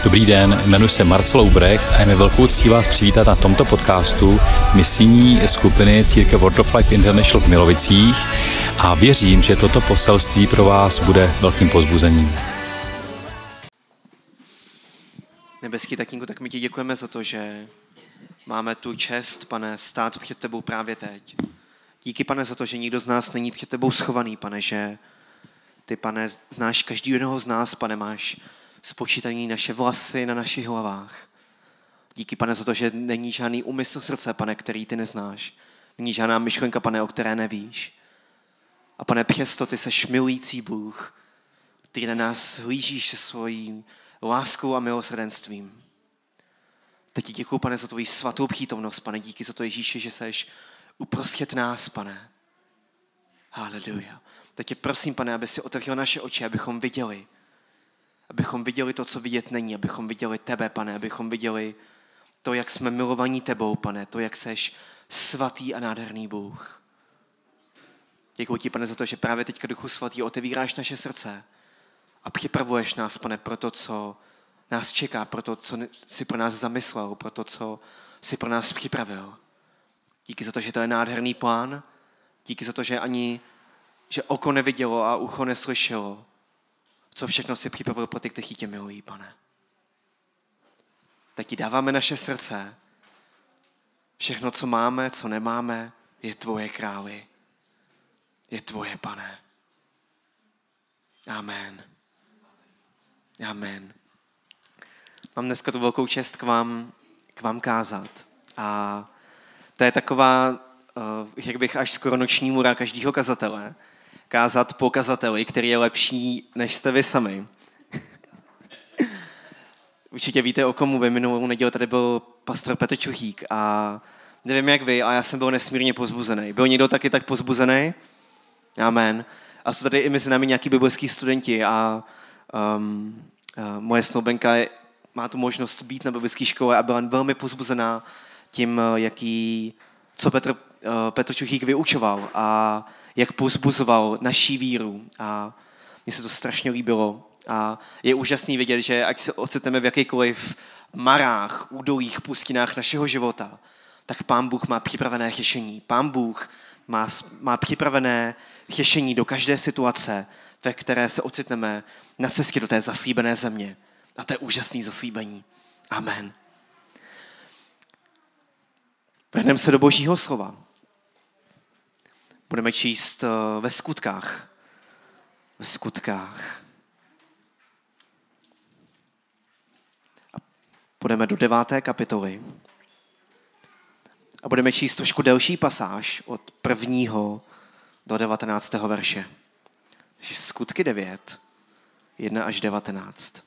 Dobrý den, jmenuji se Marcel Ubrecht a je mi velkou ctí vás přivítat na tomto podcastu misijní skupiny Církev Word of Life International v Milovicích a věřím, že toto poselství pro vás bude velkým povzbuzením. Nebeský Tatínku, tak my ti děkujeme za to, že máme tu čest, Pane, stát před tebou právě teď. Díky, Pane, za to, že nikdo z nás není před tebou schovaný, Pane, že ty, Pane, znáš každý jednoho z nás, Pane, máš spočítaný naše vlasy na našich hlavách. Díky, Pane, za to, že není žádný úmysl srdce, Pane, který ty neznáš. Není žádná myšlenka, Pane, o které nevíš. A Pane, přesto ty seš milující Bůh, který na nás hlížíš se svojí láskou a milosrdenstvím. Teď ti děkuju, Pane, za tvoji svatou přítomnost, Pane, díky za to, Ježíši, že seš uprostřed nás, Pane. Haleluja. Teď tě prosím, Pane, aby si otevřel naše oči, abychom viděli to, co vidět není, abychom viděli tebe, Pane, abychom viděli to, jak jsme milovaní tebou, Pane, to, jak seš svatý a nádherný Bůh. Děkuji ti, Pane, za to, že právě teďka, Duchu Svatý, otevíráš naše srdce a připravuješ nás, Pane, pro to, co nás čeká, pro to, co jsi pro nás zamyslel, pro to, co jsi pro nás připravil. Díky za to, že to je nádherný plán, díky za to, že oko nevidělo a ucho neslyšelo, co všechno si připravil pro ty, kteří tě milují, Pane. Tak ti dáváme naše srdce. Všechno, co máme, co nemáme, je tvoje, Králi. Je tvoje, Pane. Amen. Amen. Mám dneska tu velkou čest k vám kázat. A to je taková, jak bych až skoro noční můra každého kazatele. Kázat po kazateli, který je lepší, než jste vy sami. Určitě víte, o komu mluvím. Minulou neděli tady byl pastor Petr Čuchík a nevím jak vy, a já jsem byl nesmírně povzbuzený. Byl někdo taky tak povzbuzený? Amen. A jsou tady i mezi námi nějaký biblický studenti a moje snoubenka má tu možnost být na biblické škole a byla velmi povzbuzená tím, co Petr Čuchík vyučoval a jak povzbuzoval naší víru. A mně se to strašně líbilo. A je úžasný vidět, že ať se ocitneme v jakýkoliv marách, údolích, pustinách našeho života, tak Pán Bůh má připravené řešení. Pán Bůh má připravené řešení do každé situace, ve které se ocitneme na cestě do té zaslíbené země. A to je úžasný zaslíbení. Amen. Vrhneme se do Božího slova. Budeme číst ve Skutkách. Ve Skutkách. A půjdeme do 9. kapitoly. A budeme číst trošku delší pasáž od 1. do 19. verše. Takže Skutky 9, 1 až 19.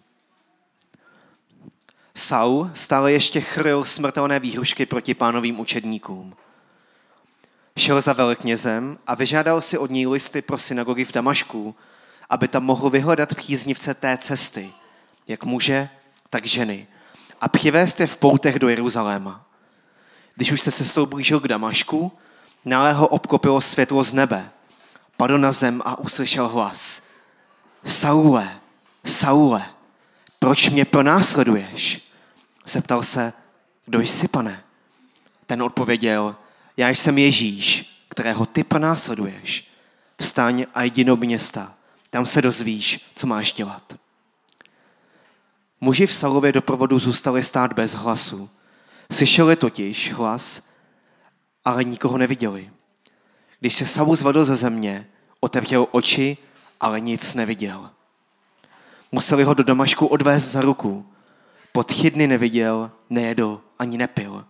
Saul stále ještě chrlil smrtelné výhrušky proti Pánovým učedníkům. Šel za veleknězem a vyžádal si od něj listy pro synagogy v Damašku, aby tam mohl vyhledat příznivce té cesty, jak muže, tak ženy, a přivést je v poutech do Jeruzaléma. Když už se cestou blížil k Damašku, náhle ho obklopilo světlo z nebe. Padl na zem a uslyšel hlas. Saule, Saule, proč mě pronásleduješ? Zeptal se, kdo jsi, Pane? Ten odpověděl, já jsem Ježíš, kterého ty pronásleduješ. Vstaň a jdi do města, tam se dozvíš, co máš dělat. Muži v Saulově doprovodu zůstali stát bez hlasu. Slyšeli totiž hlas, ale nikoho neviděli. Když se Saul zvedl ze země, otevřel oči, ale nic neviděl. Museli ho do Damašku odvést za ruku. Po 3 dny neviděl, nejedl ani nepil.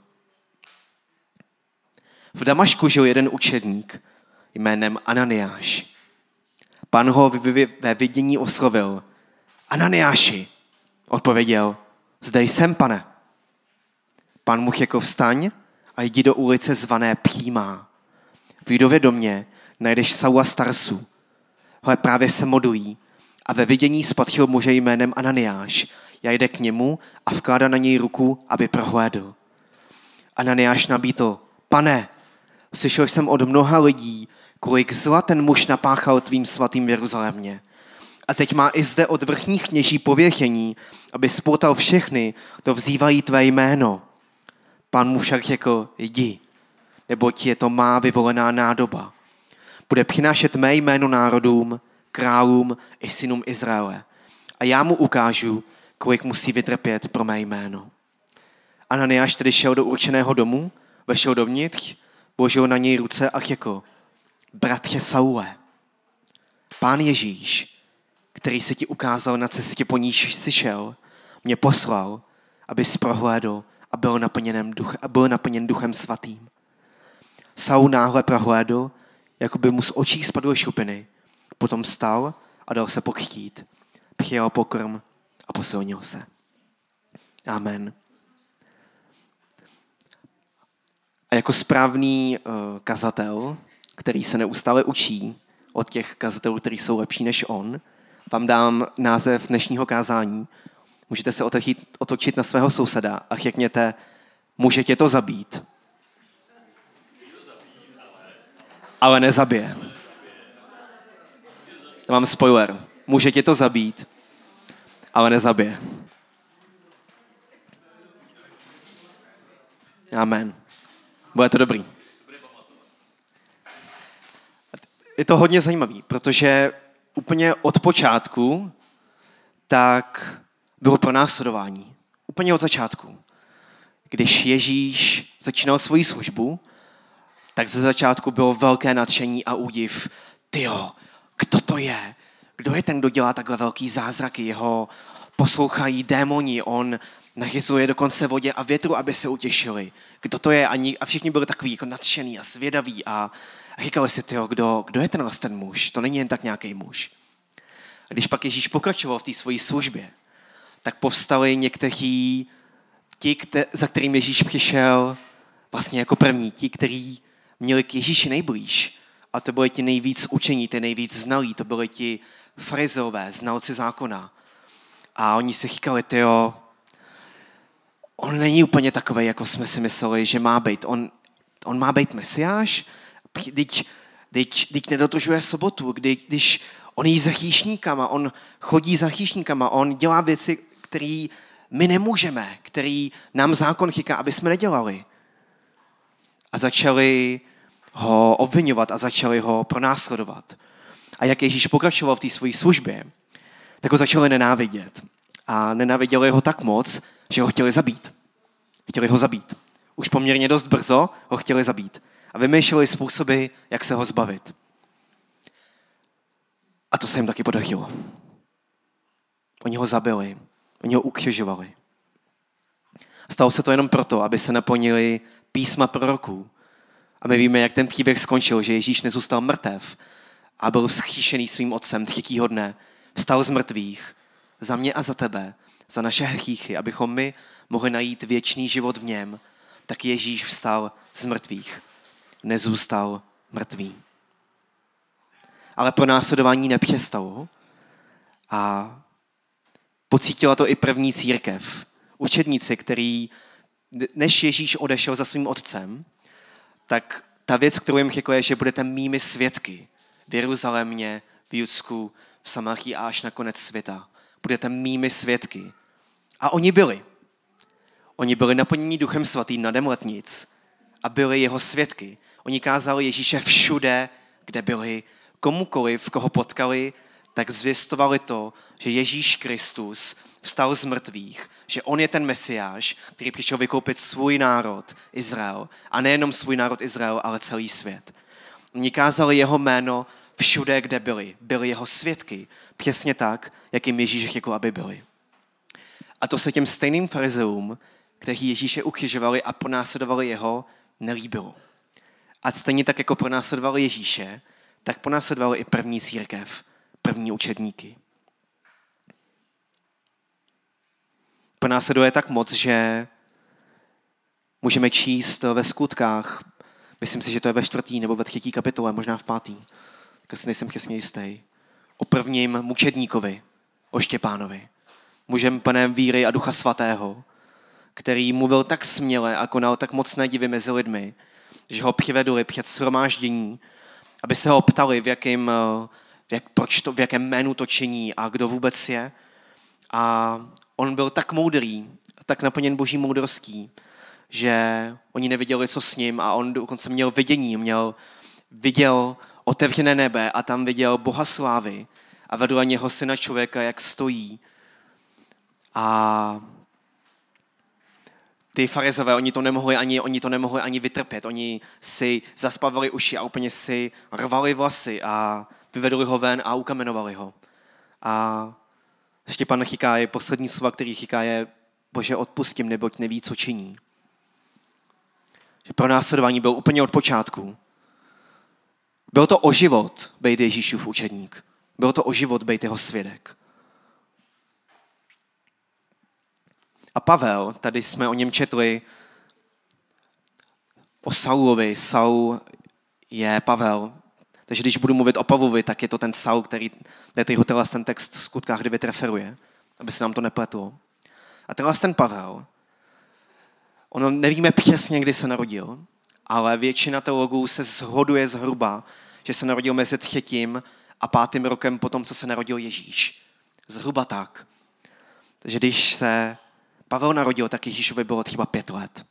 V Damašku žil jeden učedník jménem Ananiáš. Pán ho ve vidění oslovil. Ananiáši, odpověděl, zde jsem, Pane. Pán mu řekl, vstaň a jdi do ulice zvané Přímá. V Judově domě najdeš Saula z Tarsu. Hle, právě se modlí a ve vidění spatřil muže jménem Ananiáš. Já jde k němu a vkládá na něj ruku, aby prohlédl. Ananiáš nabídl, Pane, slyšel jsem od mnoha lidí, kolik zla ten muž napáchal tvým svatým v Jeruzalémě. A teď má i zde od vrchních kněží pověšení, aby spoutal všechny, kdo vzývají tvé jméno. Pán mu však řekl, jdi, neboť je to má vyvolená nádoba. Bude přinášet mé jméno národům, králům i synům Izraele. A já mu ukážu, kolik musí vytrpět pro mé jméno. Ananiáš tedy šel do určeného domu, vešel dovnitř, položil na něj ruce a řekl, bratře Saule, Pán Ježíš, který se ti ukázal na cestě, po níž jsi šel, mě poslal, abys prohlédl a byl naplněn Duchem Svatým. Saul náhle prohlédl, jako by mu z očí spadly šupiny. Potom vstal a dal se pokřtít. Přijal pokrm a posilnil se. Amen. A jako správný kazatel, který se neustále učí od těch kazatelů, kteří jsou lepší než on, vám dám název dnešního kázání. Můžete se otočit na svého souseda a řekněte, může tě to zabít, ale nezabije. Já mám spoiler. Může tě to zabít, ale nezabije. Amen. Bude to dobrý. Je to hodně zajímavý, protože úplně od počátku tak bylo pronásledování. Úplně od začátku. Když Ježíš začínal svoji službu, tak ze začátku bylo velké nadšení a údiv. Tyjo, kdo to je? Kdo je ten, kdo dělá takhle velký zázraky? Jeho poslouchají démoni, on nachyzuje dokonce vodě a větru, aby se utěšili. Kdo to je? A všichni byli takový jako nadšený a zvědaví a říkali si, tyjo, kdo je ten muž? To není jen tak nějaký muž. A když pak Ježíš pokračoval v té své službě, tak povstali někteří ti, za kterým Ježíš přišel vlastně jako první, ti, kteří měli k Ježíši nejblíž. A to byli ti nejvíc učení, ty nejvíc znalí, to byli ti farizeové, znalci zákona. A oni si říkali, tyjo, on není úplně takovej, jako jsme si mysleli, že má být. On má být mesiáš? Když nedodržuje sobotu, když on jí za hříšníkama, on chodí za hříšníkama, on dělá věci, které my nemůžeme, který nám zákon říká, aby jsme nedělali. A začali ho obvinovat a začali ho pronásledovat. A jak Ježíš pokračoval v té své službě, tak ho začali nenávidět. A nenáviděli ho tak moc, že ho chtěli zabít. Chtěli ho zabít. Už poměrně dost brzo ho chtěli zabít. A vymýšleli způsoby, jak se ho zbavit. A to se jim taky podařilo. Oni ho zabili. Oni ho ukřižovali. Stalo se to jenom proto, aby se naplnili písma proroků. A my víme, jak ten příběh skončil, že Ježíš nezůstal mrtev a byl vzkříšený svým otcem třetího dne. Vstal z mrtvých za mě a za tebe, za naše hříchy, abychom my mohli najít věčný život v něm. Tak Ježíš vstal z mrtvých. Nezůstal mrtvý. Ale pronásledování nepřestalo a pocítila to i první církev. Učedníci, který, než Ježíš odešel za svým otcem, tak ta věc, kterou jim řekl, je, že budete mými svědky v Jeruzalémě, v Judsku, v Samaří a až na konec světa. Budete mými svědky. A oni byli. Oni byli naplněni Duchem Svatým na Letnic a byli jeho svědky. Oni kázali Ježíše všude, kde byli, komukoliv, koho potkali, tak zvěstovali to, že Ježíš Kristus vstal z mrtvých, že on je ten Mesiáš, který přišel vykoupit svůj národ Izrael. A nejenom svůj národ Izrael, ale celý svět. Oni kázali jeho jméno všude, kde byli. Byli jeho svědky. Přesně tak, jak jim Ježíš řekl, aby byli. A to se těm stejným farizeům, kteří Ježíše ukřižovali a pronásledovali jeho, nelíbilo. A stejně tak, jako pronásledovali Ježíše, tak pronásledovali i první církev, první učedníky. Pronásleduje tak moc, že můžeme číst ve Skutkách, myslím si, že to je ve 4. nebo ve 3. kapitole, možná v 5. Tak si nejsem přesně jistý. O prvním mučedníkovi, o Štěpánovi. Mužem plném víry a Ducha Svatého, který mluvil tak směle a konal tak mocné divy mezi lidmi, že ho přivedli před shromáždění, aby se ho ptali, v jakém v jakém jménu to činí a kdo vůbec je. A on byl tak moudrý, tak naplněn boží moudrostí, že oni neviděli, co s ním a on dokonce měl vidění, viděl otevřené nebe a tam viděl Boha slávy a vedle něho syna člověka, jak stojí. A ty farizové, oni to nemohli ani vytrpět. Oni si zaspávali uši a úplně si rvali vlasy a vyvedli ho ven a ukamenovali ho. A Štěpán říká, je poslední slova, který říká, je Bože, odpustím, neboť neví, co činí. Že pronásledování byl úplně od počátku. Bylo to o život být Ježíšův učedník. Bylo to o život být jeho svědek. A Pavel, tady jsme o něm četli o Saulovi. Saul je Pavel. Takže když budu mluvit o Pavlovi, tak je to ten Saul, který ten text v Skutkách 9 referuje, aby se nám to nepletlo. A ten Pavel, nevíme přesně, kdy se narodil, ale většina teologů se shoduje zhruba, že se narodil mezi 3. a 5. rokem po tom, co se narodil Ježíš. Zhruba tak. Takže když se Pavel narodil, tak Ježíšovi bylo třeba 5 let.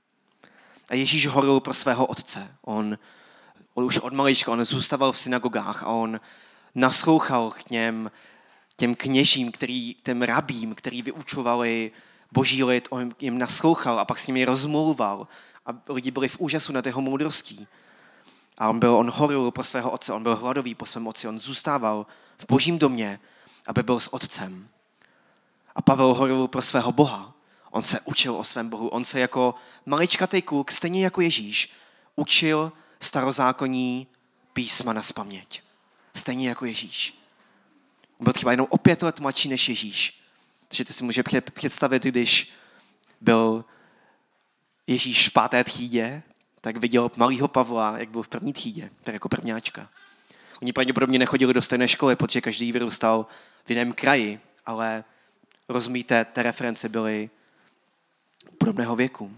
A Ježíš horlil pro svého otce. On už od malička, on zůstával v synagogách a on naslouchal k těm kněžím, těm rabím, který vyučovali boží lid, on jim naslouchal a pak s nimi rozmlouval a lidi byli v úžasu nad jeho moudrostí. A on horlil pro svého otce, on byl hladový po svém otci, on zůstával v božím domě, aby byl s otcem. A Pavel horlil pro svého Boha. On se učil o svém Bohu. On se jako maličkatej kluk, stejně jako Ježíš, učil starozákonní písma nazpaměť. Stejně jako Ježíš. On byl třeba jenom o 5 let mladší než Ježíš. Takže ty si můžeš představit, když byl Ježíš v 5. třídě, tak viděl malýho Pavla, jak byl v 1. třídě, tak jako prvňáčka. Oni pravděpodobně nechodili do stejné školy, protože každý vyrůstal v jiném kraji, ale rozumíte, ty reference byly podobného věku.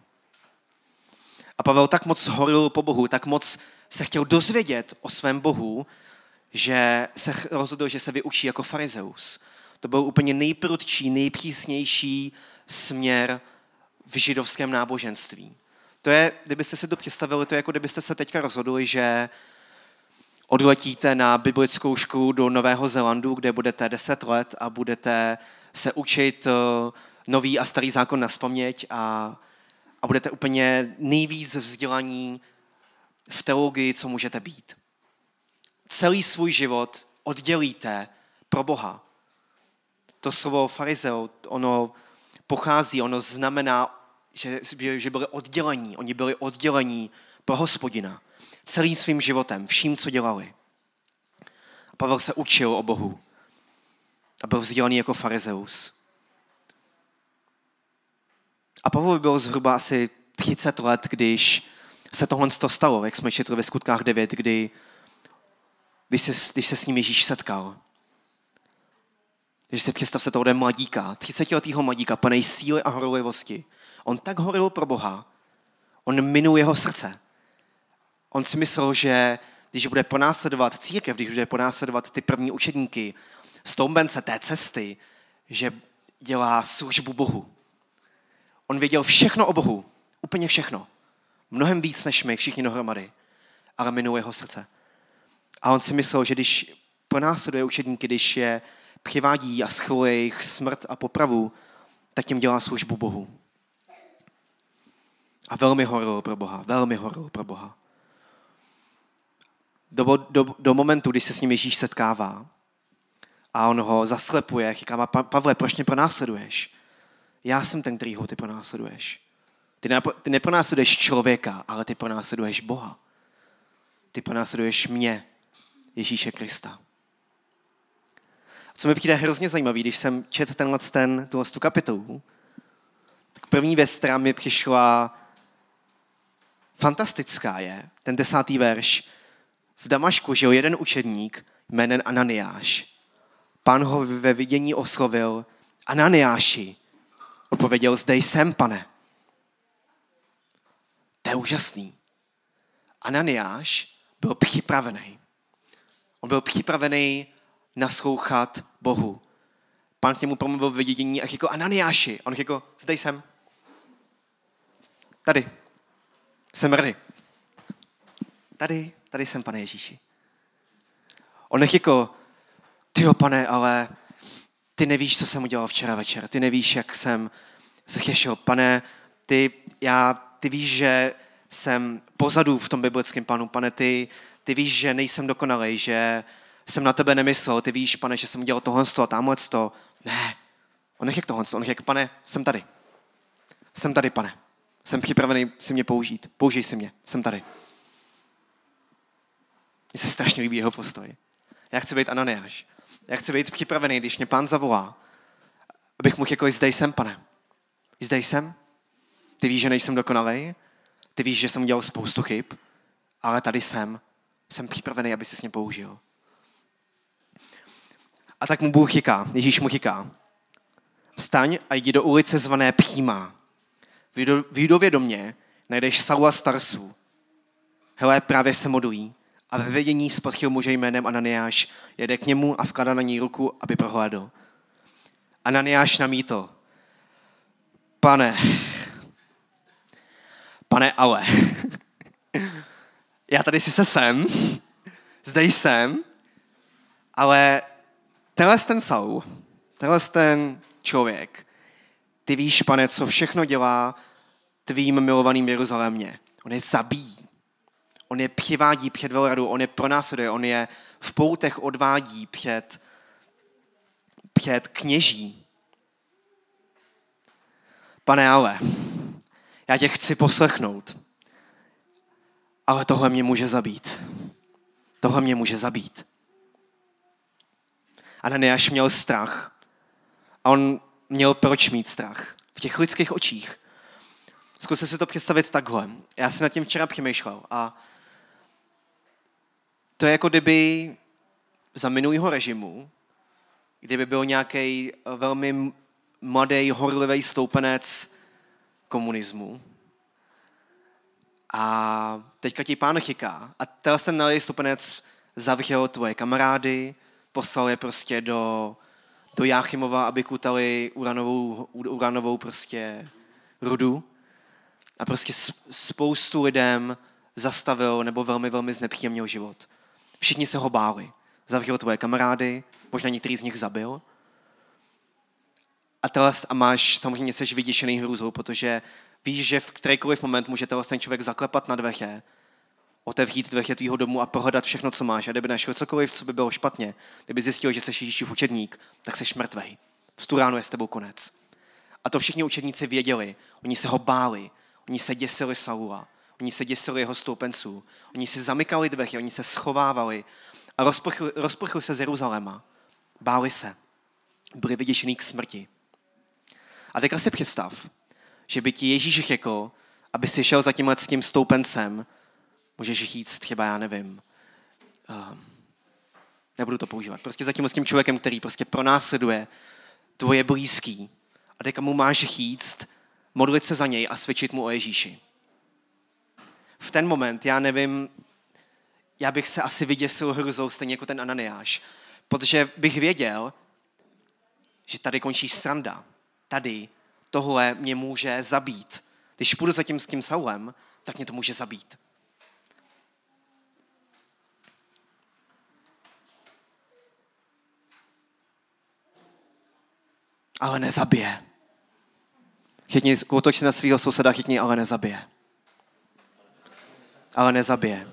A Pavel tak moc horlil po Bohu, tak moc se chtěl dozvědět o svém Bohu, že se rozhodl, že se vyučí jako farizeus. To byl úplně nejprudčí, nejpřísnější směr v židovském náboženství. To je, kdybyste si to představili, to je jako kdybyste se teďka rozhodli, že odletíte na biblickou školu do Nového Zélandu, kde budete 10 let a budete se učit nový a starý zákon nazpaměť a budete úplně nejvíc vzdělaní v teologii, co můžete být. Celý svůj život oddělíte pro Boha. To slovo farizeo, ono pochází, ono znamená, že byli oddělení. Oni byli oddělení pro Hospodina. Celým svým životem, vším, co dělali. A Pavel se učil o Bohu. A byl vzdělaný jako farizeus. A Pavlovi bylo zhruba asi 30 let, když se tohle stalo, jak jsme četli ve Skutkách 9, když se s ním Ježíš setkal. Když si představ se tohle mladíka, 30letého mladíka, plnej síly a horlivosti. On tak horlil pro Boha, on minul jeho srdce. On si myslel, že když bude pronásledovat církev, když bude pronásledovat ty první učedníky, stoubence té cesty, že dělá službu Bohu. On věděl všechno o Bohu, úplně všechno. Mnohem víc než my, všichni dohromady, ale minul jeho srdce. A on si myslel, že když pronásleduje učedníky, když je přivádí a schvaluje jejich smrt a popravu, tak tím dělá službu Bohu. A velmi horlil pro Boha, velmi horlil pro Boha. Do momentu, když se s ním Ježíš setkává a on ho zaslepuje, říká, Pavle, proč mě pronásleduješ? Já jsem ten, který ho ty pronásleduješ. Ty nepronásleduješ člověka, ale ty pronásleduješ Boha. Ty pronásleduješ mě, Ježíše Krista. Co mi přijde hrozně zajímavý, když jsem četl tu kapitolu, tak první věc, která mi přišla fantastická je, ten 10. verš. V Damašku žil jeden učedník jménem Ananiáš. Pán ho ve vidění oslovil, Ananiáši. Odpověděl, zde jsem, pane. To je úžasný. Ananiáš byl připravený. On byl připravený naslouchat Bohu. Pán k němu promluvil v vidění a řekl, Ananiáši. A on řekl, zde jsem. Tady. Jsem ready. Tady jsem, Pane Ježíši. On neřekl, tyjo, Pane, ale ty nevíš, co jsem udělal včera večer. Ty nevíš, jak jsem zřešil. Pane, ty víš, že jsem pozadu v tom biblickém plánu. Pane, ty víš, že nejsem dokonalej, že jsem na tebe nemyslel. Ty víš, Pane, že jsem udělal tohle a tamhle. Ne. On neřekl tohle. On řekl, Pane, jsem tady. Jsem tady, Pane. Jsem připravený si mě použít. Použij si mě. Jsem tady. Mně se strašně líbí jeho postoj. Já chci být Ananiáš. Já chci být připravený, když mě Pán zavolá, abych mu řekl, zde jsem, Pane. Zde jsem. Ty víš, že nejsem dokonalej. Ty víš, že jsem udělal spoustu chyb, ale tady jsem. Jsem připravený, aby si mě použil. A tak mu Bůh říká, Ježíš mu říká, vstaň a jdi do ulice zvané Přímá. V Judově domě najdeš Saula z Tarsu. Hele, právě se modlí a ve vidění spatřil muže jménem Ananiáš, jede k němu a vkládá na něj ruku, aby prohlédl. Ananiáš namítl, Pane, ale, já tady sice jsem, zde jsem, ale tenhle ten Saul, tenhle ten člověk, ty víš, Pane, co všechno dělá tvým milovaným Jeruzalémě. On je zabíjí. On je přivádí před velradu, on je pronásleduje, on je v poutech odvádí před kněží. Pane, ale já tě chci poslechnout, ale tohle mě může zabít. Tohle mě může zabít. Ananiáš měl strach a on měl proč mít strach v těch lidských očích. Zkuste si to představit takhle. Já jsem nad tím včera přemýšlel a to je jako kdyby za minulého režimu, kdyby byl nějaký velmi mladý, horlivý stoupenec komunismu a teďka ti Pán chyká a ten mladý stoupenec zavřel tvoje kamarády, poslal je prostě do Jáchymova, aby kutali uranovou prostě rudu a prostě spoustu lidem zastavil nebo velmi, velmi znepříjemnil život. Všichni se ho báli. Zavřel tvoje kamarády, možná některý z nich zabil. A máš, samozřejmě seš vyděšený hrůzou, protože víš, že v kterýkoliv moment může ten člověk zaklepat na dveře, otevřít dveře tvýho domu a prohledat všechno, co máš. A kdyby našel cokoliv, co by bylo špatně, kdyby zjistil, že seš Ježíšův učedník, tak seš mrtvej. V tu ránu je s tebou konec. A to všichni učedníci věděli. Oni se ho báli. Oni se děsili Saula. Oni se děsili jeho stoupenců. Oni si zamykali dveře, oni se schovávali a rozprchli se z Jeruzaléma. Báli se. Byli vyděšený k smrti. A teďka si představ, že by ti Ježíš řekl, aby si šel za tímhle s tím stoupencem, můžeš říct třeba, já nevím, nebudu to používat, prostě za tímhle s tím člověkem, který prostě pronásleduje tvoje blízký. A teďka mu máš říct, modlit se za něj a svědčit mu o Ježíši. V ten moment, já nevím, já bych se asi vyděsil hrůzou stejně jako ten Ananiáš, protože bych věděl, že tady končí sranda. Tady tohle mě může zabít. Když půjdu za tím s tím Saulem, tak mě to může zabít. Ale nezabije. Otoč se na svého souseda, chytni, ale nezabije. Ale nezabije.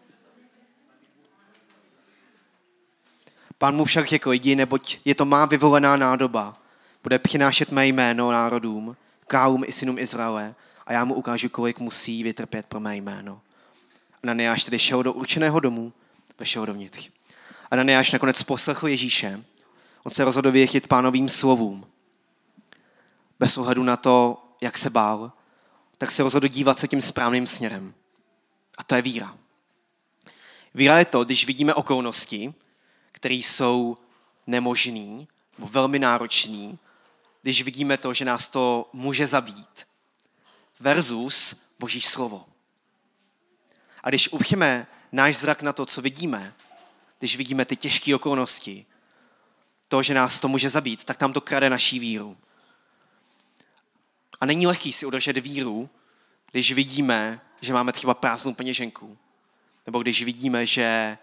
Pán mu však řekl, jdi, neboť je to má vyvolená nádoba. Bude přinášet mé jméno národům, králům i synům Izraele a já mu ukážu, kolik musí vytrpět pro mé jméno. Ananiáš tedy šel do určeného domu, vešel dovnitř. Ananiáš nakonec poslechl Ježíše. On se rozhodl věřit Pánovým slovům. Bez ohledu na to, jak se bál, tak se rozhodl dívat se tím správným směrem. A to je víra. Víra je to, když vidíme okolnosti, které jsou nemožný, nebo velmi náročný, když vidíme to, že nás to může zabít, versus Boží slovo. A když upřeme náš zrak na to, co vidíme, když vidíme ty těžké okolnosti, to, že nás to může zabít, tak nám to krade naší víru. A není lehký si udržet víru, když vidíme, že máme třeba prázdnou peněženku. Nebo když vidíme, že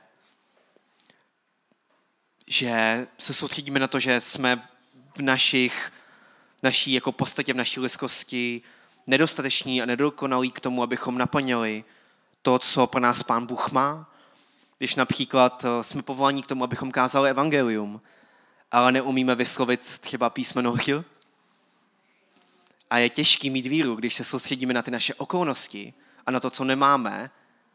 se soustředíme na to, že jsme v naší jako podstatě, v naší lidskosti nedostateční a nedokonalí k tomu, abychom naplnili to, co pro nás Pán Bůh má. Když například jsme povoláni k tomu, abychom kázali evangelium, ale neumíme vyslovit třeba písmeno H. A je těžký mít víru, když se soustředíme na ty naše okolnosti a na to, co nemáme.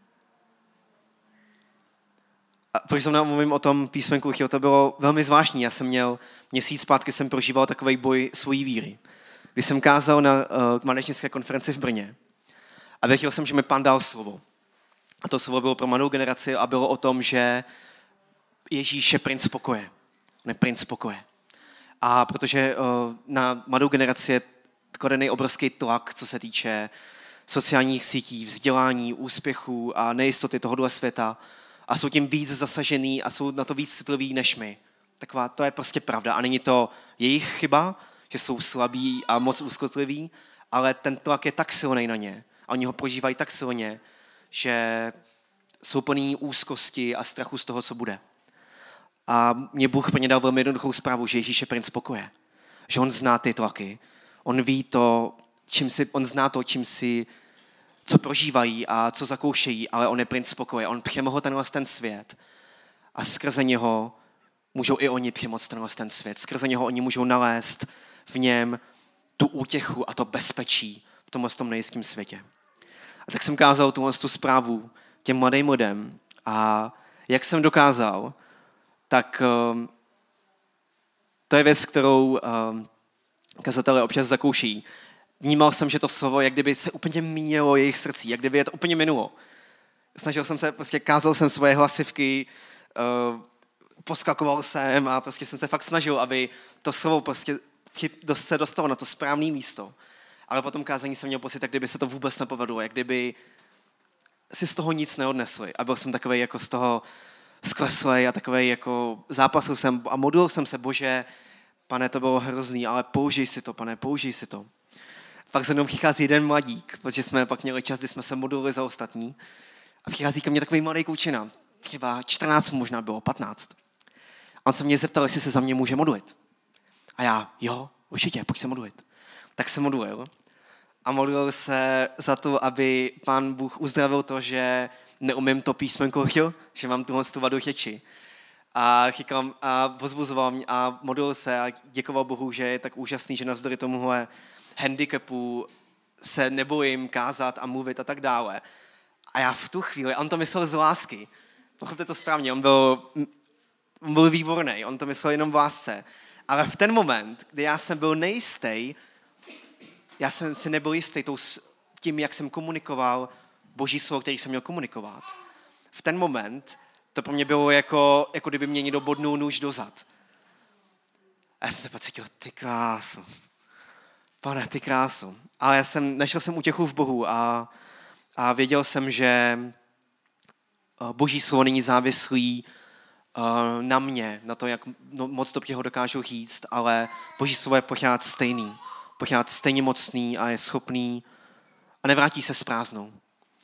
A proč zrovna mluvím o tom písmenku H, to bylo velmi zvláštní. Já jsem měl měsíc zpátky, jsem prožíval takový boj svojí víry. Když jsem kázal na mládežnické konferenci v Brně a věděl jsem, že mi Pán dal slovo. A to slovo bylo pro mladou generaci a bylo o tom, že Ježíš je princ pokoje. Ne princ pokoje. A protože na mladou generaci je kladený obrovský tlak, co se týče sociálních sítí, vzdělání, úspěchů a nejistoty tohohle světa a jsou tím víc zasažený a jsou na to víc citliví než my. Taková, to je prostě pravda. A není to jejich chyba, že jsou slabí a moc úzkostliví, ale ten tlak je tak silný na ně a oni ho prožívají tak silně, že jsou plní úzkosti a strachu z toho, co bude. A mě Bůh pro ně dal velmi jednoduchou zprávu, že Ježíš je princ pokoje. Že on zná ty tlaky. On ví to, on zná to, co prožívají a co zakoušejí, ale on je princ pokoje. On přemohl ten svět a skrze něho můžou i oni přemoct ten svět. Skrze něho oni můžou nalézt v něm tu útěchu a to bezpečí v tomhle nejistém světě. A tak jsem kázal tu zprávu těm mladým lidem a jak jsem dokázal, tak to je věc, kterou kazatelé občas zakouší. Vnímal jsem, že to slovo, jak kdyby se úplně mínělo jejich srdcí, jak kdyby je to úplně minulo. Snažil jsem se, prostě kázal jsem svoje hlasivky, poskakoval jsem a prostě jsem se fakt snažil, aby to slovo prostě se dostalo na to správné místo. Ale po tom kázání jsem měl pocit, jak kdyby se to vůbec nepovedlo, jak kdyby si z toho nic neodnesli. A byl jsem takovej jako z toho skleslej a takovej jako zápasil jsem a modlil jsem se, Bože, Pane, to bylo hrozný, ale použij si to, Pane, použij si to. Pak se mnou přichází jeden mladík, protože jsme pak měli čas, kdy jsme se modlili za ostatní. A přichází ke mně takový mladý klučina, třeba 14 možná bylo, 15. A on se mě zeptal, jestli se za mě může modlit. A já, jo, určitě, pojď se modlit. Tak se modlil. A modlil se za to, aby Pán Bůh uzdravil to, že neumím to písmenko H, že mám tuhle vadu řeči. A říkal a pozbuzoval mě a modlil se a děkoval Bohu, že je tak úžasný, že navzdory tomuhle handicapu se nebojím kázat a mluvit a tak dále. A já v tu chvíli, on to myslel z lásky. Pochopte to správně, on byl výborný, on to myslel jenom v lásce. Ale v ten moment, kdy já jsem byl nejistý, já jsem si nebyl jistý tím, jak jsem komunikoval Boží slovo, který jsem měl komunikovat. V ten moment to pro mě bylo jako kdyby mě někdo bodnul nůž do zad. A já jsem se pocítil, ty kráso. Pane, ty kráso. Ale našel jsem útěchu v Bohu a věděl jsem, že Boží slovo není závislý na mě, na to, jak moc dobře ho dokážu říct, ale Boží slovo je pořád stejný. Pořád stejně mocný a je schopný a nevrátí se s prázdnou.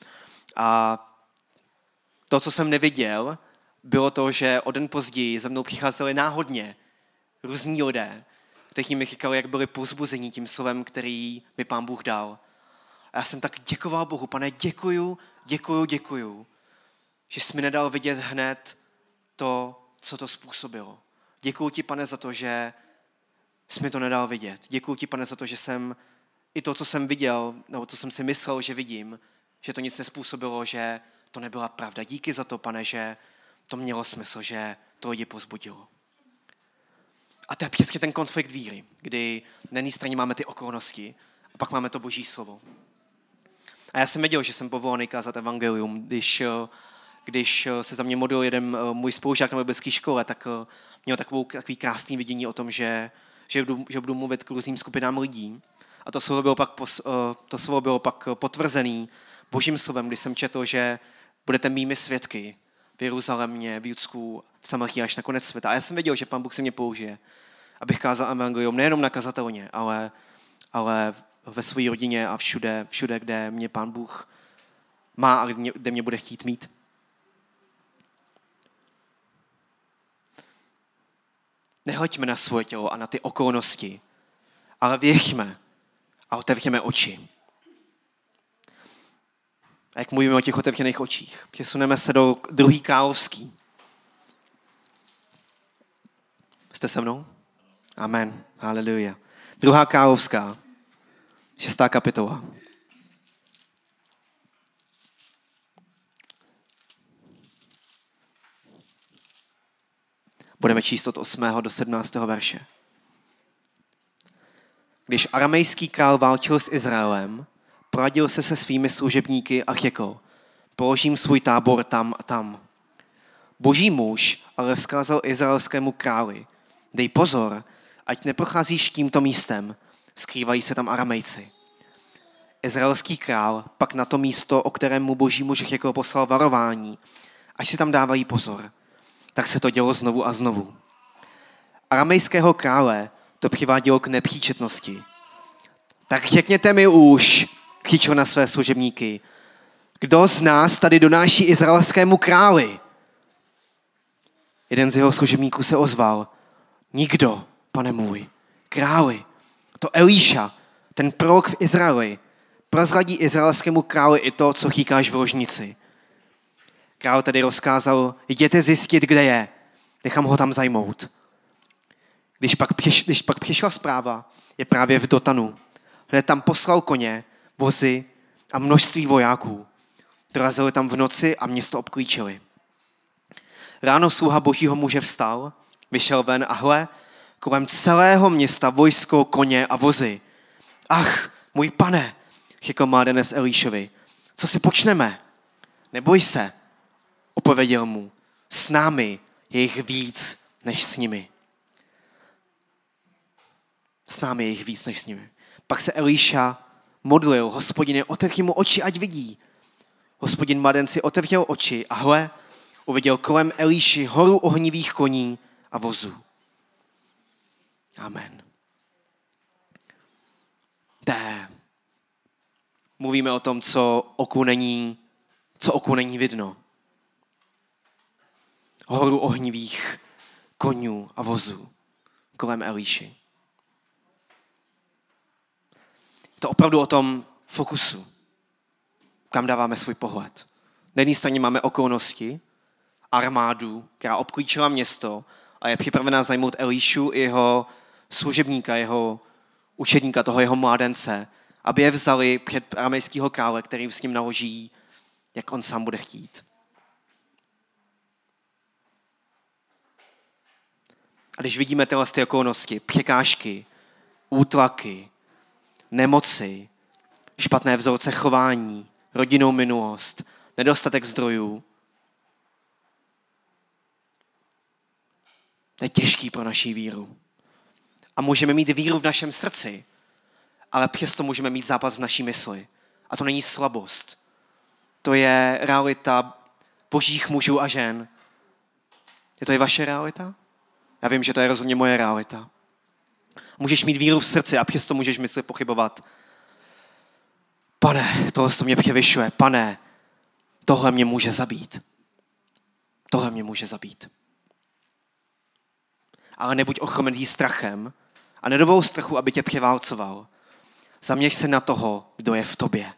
A to, co jsem neviděl, bylo to, že o den později za mnou přicházeli náhodně různí lidé, kteří mi říkali, jak byli povzbuzení tím slovem, který mi Pán Bůh dal. A já jsem tak děkoval Bohu, Pane, děkuju, že jsi mi nedal vidět hned to, co to způsobilo. Děkuju ti, Pane, za to, že jsi mi to nedal vidět. Děkuju ti, Pane, za to, že jsem i to, co jsem viděl, nebo co jsem si myslel, že vidím, že to nic nespůsobilo, že to nebyla pravda. Díky za to, Pane, že to mělo smysl, že to lidi povzbudilo. A to je přesně ten konflikt víry, kdy na jedné straně máme ty okolnosti a pak máme to Boží slovo. A já jsem věděl, že jsem povolaný kázat evangelium. Když se za mě modlil jeden můj spolužák na biblické škole, tak měl takový krásný vidění o tom, že budu mluvit k různým skupinám lidí. A to slovo bylo pak potvrzený Božím slovem, když jsem četl, že budete mými svědky v Jeruzalémě, v Judsku, v Samaří až na konec světa. A já jsem věděl, že Pán Bůh se mě použije, abych kázal evangelium nejenom na kazatelně, ale ve své rodině a všude, kde mě Pán Bůh má a kde mě bude chtít mít. Nehleďme na svoje tělo a na ty okolnosti, ale věřme a otevřeme oči. A jak mluvíme o těch otevřených očích, přesuneme se do 2. Královský. Jste se mnou? Amen. Haleluja. 2. Královská, 6. kapitola. Budeme číst od 8. do 17. verše. Když aramejský král válčil s Izraelem, poradil se svými služebníky a řekl, položím svůj tábor tam a tam. Boží muž ale vzkázal izraelskému králi, dej pozor, ať neprocházíš tímto místem, skrývají se tam Aramejci. Izraelský král pak na to místo, o kterém mu boží muž řekl, poslal varování, až si tam dávají pozor. Tak se to dělo znovu a znovu. Aramejského krále to přivádělo k nepříčetnosti. Tak řekněte mi už, křičel na své služebníky, kdo z nás tady donáší izraelskému králi? Jeden z jeho služebníků se ozval, nikdo, pane můj, králi, to Elíša, ten prorok v Izraeli, prozradí izraelskému králi i to, co říkáš v ložnici. Král tedy rozkázal, jděte zjistit, kde je, nechám ho tam zajmout. Když pak přišla zpráva, je právě v Dotanu. Hned tam poslal koně, vozy a množství vojáků. Dorazili tam v noci a město obklíčili. Ráno sluha božího muže vstal, vyšel ven a hle, kolem celého města vojsko, koně a vozy. Ach, můj pane, řekl mládenec Elíšovi, co si počneme? Neboj se, odpověděl mu, s námi je jich víc než s nimi. S námi je jich víc než s nimi. Pak se Elíša modlil, Hospodine, otevři mu oči, ať vidí. Hospodin mladenci otevřel oči a hle, uviděl kolem Elíši horu ohnivých koní a vozů. Amen. Mluvíme o tom, co oku není vidno. Horu ohnivých konňů a vozů kolem Elíši. Je to opravdu o tom fokusu, kam dáváme svůj pohled. Na jedné straně máme okolnosti, armádu, která obklíčila město a je připravená zajmout Elíšu i jeho služebníka, jeho učedníka, toho jeho mládence, aby je vzali před aramejského krále, který s ním naloží, jak on sám bude chtít. A když vidíme tyhle okolnosti, překážky, útlaky, nemoci, špatné vzorce chování, rodinnou minulost, nedostatek zdrojů, to je těžký pro naši víru. A můžeme mít víru v našem srdci, ale přesto můžeme mít zápas v naší mysli. A to není slabost. To je realita božích mužů a žen. Je to i vaše realita? Já vím, že to je rozhodně moje realita. Můžeš mít víru v srdci a přesto můžeš mysli pochybovat. Pane, tohle to mě převyšuje. Pane, tohle mě může zabít. Tohle mě může zabít. Ale nebuď ochromený strachem a nedovol strachu, aby tě převálcoval. Zaměř se na toho, kdo je v tobě.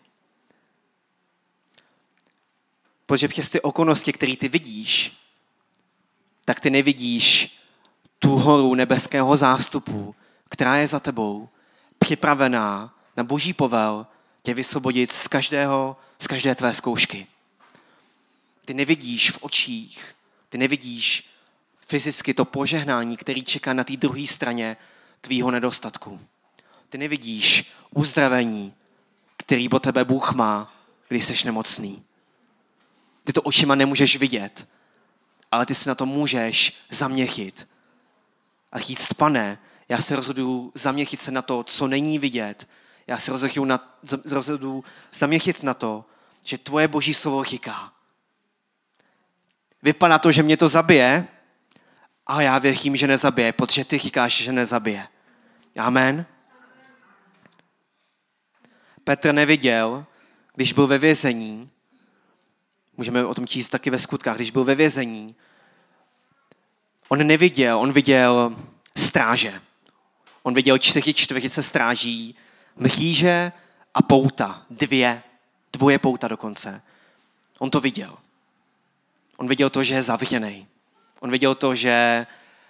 Protože přes ty okolnosti, které ty vidíš, tak ty nevidíš tu horu nebeského zástupu, která je za tebou, připravená na boží povel tě vysvobodit z každé tvé zkoušky. Ty nevidíš v očích, ty nevidíš fyzicky to požehnání, který čeká na té druhé straně tvýho nedostatku. Ty nevidíš uzdravení, který po tebe Bůh má, když jsi nemocný. Ty to očima nemůžeš vidět, ale ty se na to můžeš zaměřit a říct, Pane, já se rozhoduju zaměřit se na to, co není vidět. Já se rozhoduju zaměřit na to, že tvoje boží slovo říká. Vypadá to, že mě to zabije, ale já věřím, že nezabije, protože ty říkáš, že nezabije. Amen. Petr neviděl, když byl ve vězení, můžeme o tom číst taky ve Skutkách, když byl ve vězení, on viděl stráže. On viděl 4 stráží, mříže a pouta, dvoje pouta dokonce. On to viděl. On viděl to, že je zavřený. On viděl to, že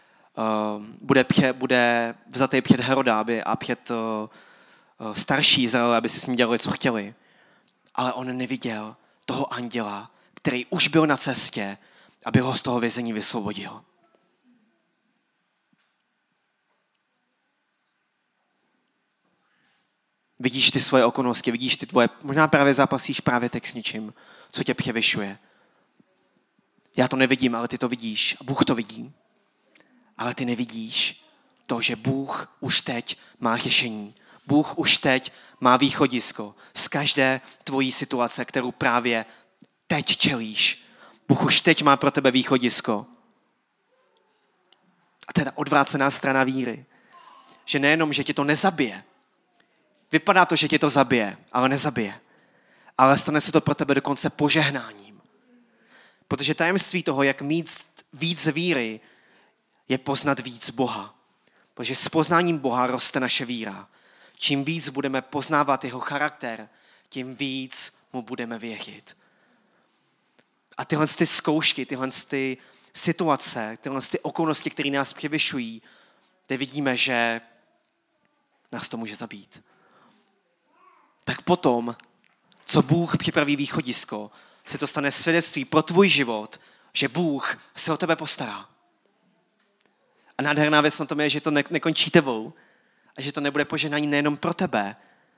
bude vzatý před Heroda a před starší Izraele, aby si s ním dělali, co chtěli. Ale on neviděl toho anděla, který už byl na cestě, aby ho z toho vězení vysvobodil. Vidíš ty svoje okolnosti, vidíš ty tvoje, možná právě zápasíš právě teď s něčím, co tě převyšuje. Já to nevidím, ale ty to vidíš. A Bůh to vidí. Ale ty nevidíš to, že Bůh už teď má řešení. Bůh už teď má východisko z každé tvojí situace, kterou právě teď čelíš. Bůh už teď má pro tebe východisko. A to je ta odvrácená strana víry. Že nejenom, že tě to nezabije. Vypadá to, že tě to zabije, ale nezabije. Ale stane se to pro tebe dokonce požehnáním. Protože tajemství toho, jak mít víc víry, je poznat víc Boha. Protože s poznáním Boha roste naše víra. Čím víc budeme poznávat jeho charakter, tím víc mu budeme věřit. A tyhle ty zkoušky, tyhle ty situace, tyhle ty okolnosti, které nás převyšují, kde vidíme, že nás to může zabít. Tak potom, co Bůh připraví východisko, se to stane svědectví pro tvůj život, že Bůh se o tebe postará. A nádherná věc na tom je, že to nekončí tebou a že to nebude požehnání nejenom pro tebe,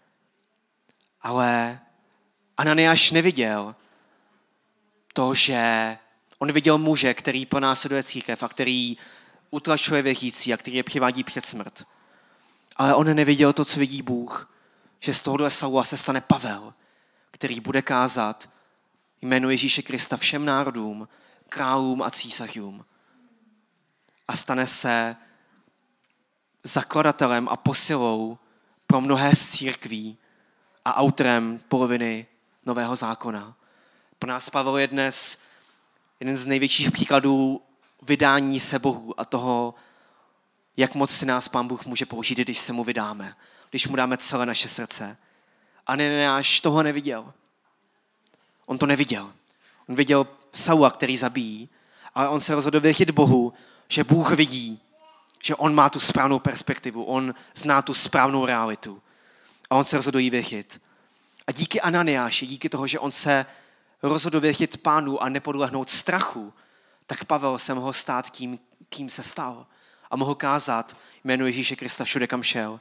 ale Ananiáš neviděl to, že on viděl muže, který pronásleduje církev a který utlačuje věřící a který je přivádí před smrt. Ale on neviděl to, co vidí Bůh, že z tohohle Saula se stane Pavel, který bude kázat jméno Ježíše Krista všem národům, králům a císařům. A stane se zakladatelem a posilou pro mnohé z církví a autorem poloviny Nového zákona. Pro nás Pavel je dnes jeden z největších příkladů vydání se Bohu a toho, jak moc si nás Pán Bůh může použít, když se mu vydáme, když mu dáme celé naše srdce. A Ananiáš toho neviděl. On to neviděl. On viděl Saula, který zabíjí, ale on se rozhodl věřit Bohu, že Bůh vidí, že on má tu správnou perspektivu, on zná tu správnou realitu. A on se rozhodl jí věřit. A díky Ananiáši, díky toho, že on se rozhodl věřit Pánu a nepodlehnout strachu, tak Pavel se mohl stát tím, kým se stal. A mohl kázat jméno Ježíše Krista všude, kam šel.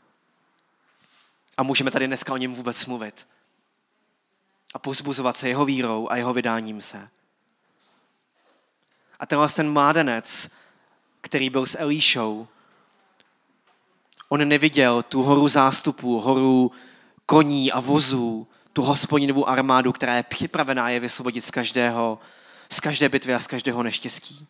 A můžeme tady dneska o něm vůbec mluvit. A povzbuzovat se jeho vírou a jeho vydáním se. A ten mládenec, který byl s Elíšou, on neviděl tu horu zástupů, horu koní a vozů, tu Hospodinovu armádu, která je připravená je vysvobodit z každé bitvy a z každého neštěstí.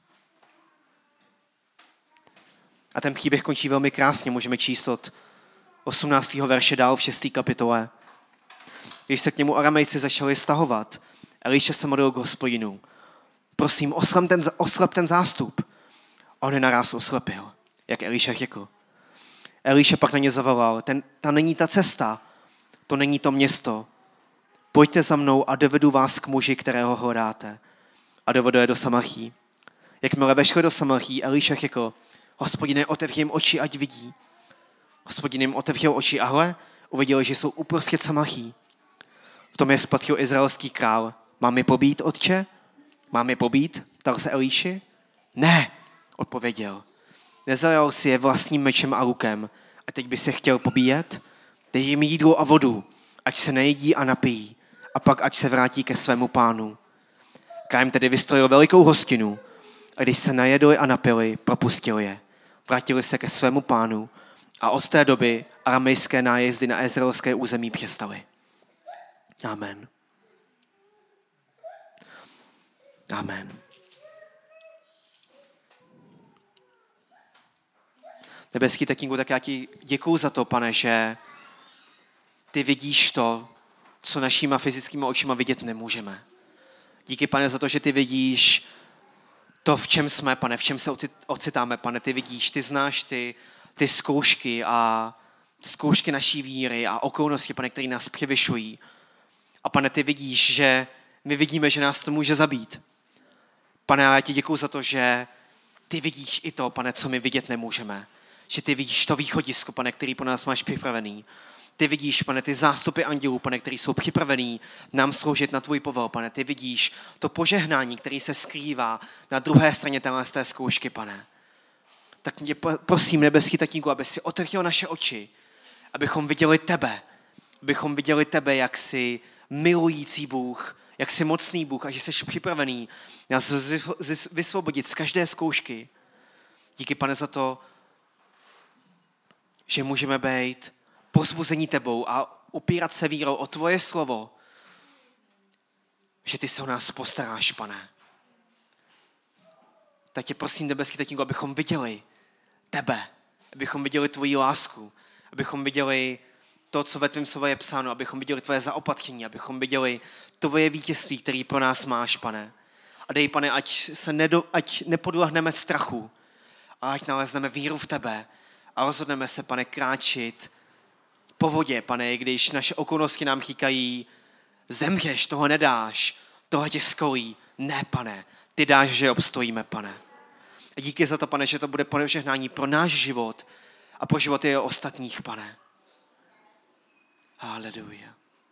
A ten příběh končí velmi krásně, můžeme číst od 18. verše dál v 6. kapitole. Když se k němu Aramejci začali stahovat, Elíša se modlil k Hospodinu. Prosím, oslep ten zástup. A on je naraz oslepil, jak Elíša řekl. Elíša pak na ně zavolal, ta není ta cesta, to není to město. Pojďte za mnou a dovedu vás k muži, kterého hledáte. A dovedl je do Samaří. Jakmile vešli do Samaří, Elíša řekl, Hospodine, otevři jim oči, ať vidí. Hospodin jim otevřel oči a hle, uviděl, že jsou uprostřed Samaří. V tom je spatřil izraelský král. Mám je pobít, otče? Mám je pobít? Ptal se Elíši. Ne, odpověděl. Nezajal si je vlastním mečem a lukem a teď by se chtěl pobíjet? Dej jim jídlo a vodu, ať se nejedí a napijí a pak ať se vrátí ke svému pánu. Král tedy vystrojil velikou hostinu a když se najedli a napili, propustil je. Vrátili se ke svému pánu a od té doby aramejské nájezdy na izraelské území přestaly. Amen. Amen. Nebeský tatínku, tak já ti děkuju za to, pane, že ty vidíš to, co našima fyzickými očima vidět nemůžeme. Díky, pane, za to, že ty vidíš to, v čem jsme, pane, v čem se ocitáme, pane, ty vidíš, ty znáš ty zkoušky a zkoušky naší víry a okolnosti, pane, které nás převyšují. A pane, ty vidíš, že my vidíme, že nás to může zabít. Pane, já ti děkuju za to, že ty vidíš i to, pane, co my vidět nemůžeme. Že ty vidíš to východisko, pane, který pro nás máš připravený. Ty vidíš, pane, ty zástupy andělů, pane, který jsou připravený nám sloužit na tvůj povel, pane. Ty vidíš to požehnání, který se skrývá na druhé straně té zkoušky, pane. Tak mě prosím, nebeský tatínku, aby si otevřel naše oči, abychom viděli tebe, jak jsi milující Bůh, jak jsi mocný Bůh a že jsi připravený nás vysvobodit z každé zkoušky. Díky, pane, za to, že můžeme být povzbuzení tebou a upírat se vírou o tvoje slovo, že ty se o nás postaráš, pane. Tak tě prosím, nebeský tatínku, abychom viděli tebe, abychom viděli tvoji lásku, abychom viděli to, co ve tvém slově je psáno, abychom viděli tvoje zaopatření, abychom viděli tvoje vítězství, který pro nás máš, pane. A dej, pane, ať nepodlehneme strachu, ale ať nalezneme víru v tebe a rozhodneme se, pane, kráčit po vodě, pane, když naše okolnosti nám říkají, zemřeš, toho nedáš, tohle tě skolí. Ne, pane, ty dáš, že obstojíme, pane. A díky za to, pane, že to bude požehnání pro náš život a pro životy ostatních, pane. Haleluja.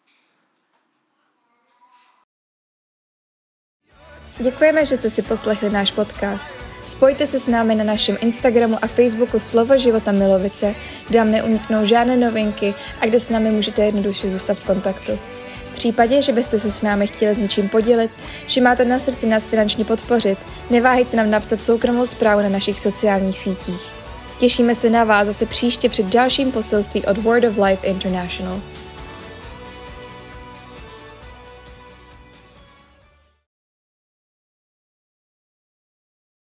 Děkujeme, že jste si poslechli náš podcast. Spojte se s námi na našem Instagramu a Facebooku Slovo života Milovice, kde vám neuniknou žádné novinky a kde s námi můžete jednoduše zůstat v kontaktu. V případě, že byste se s námi chtěli s něčím podělit, že máte na srdci nás finančně podpořit, neváhejte nám napsat soukromou zprávu na našich sociálních sítích. Těšíme se na vás zase příště před dalším poselství od Word of Life International.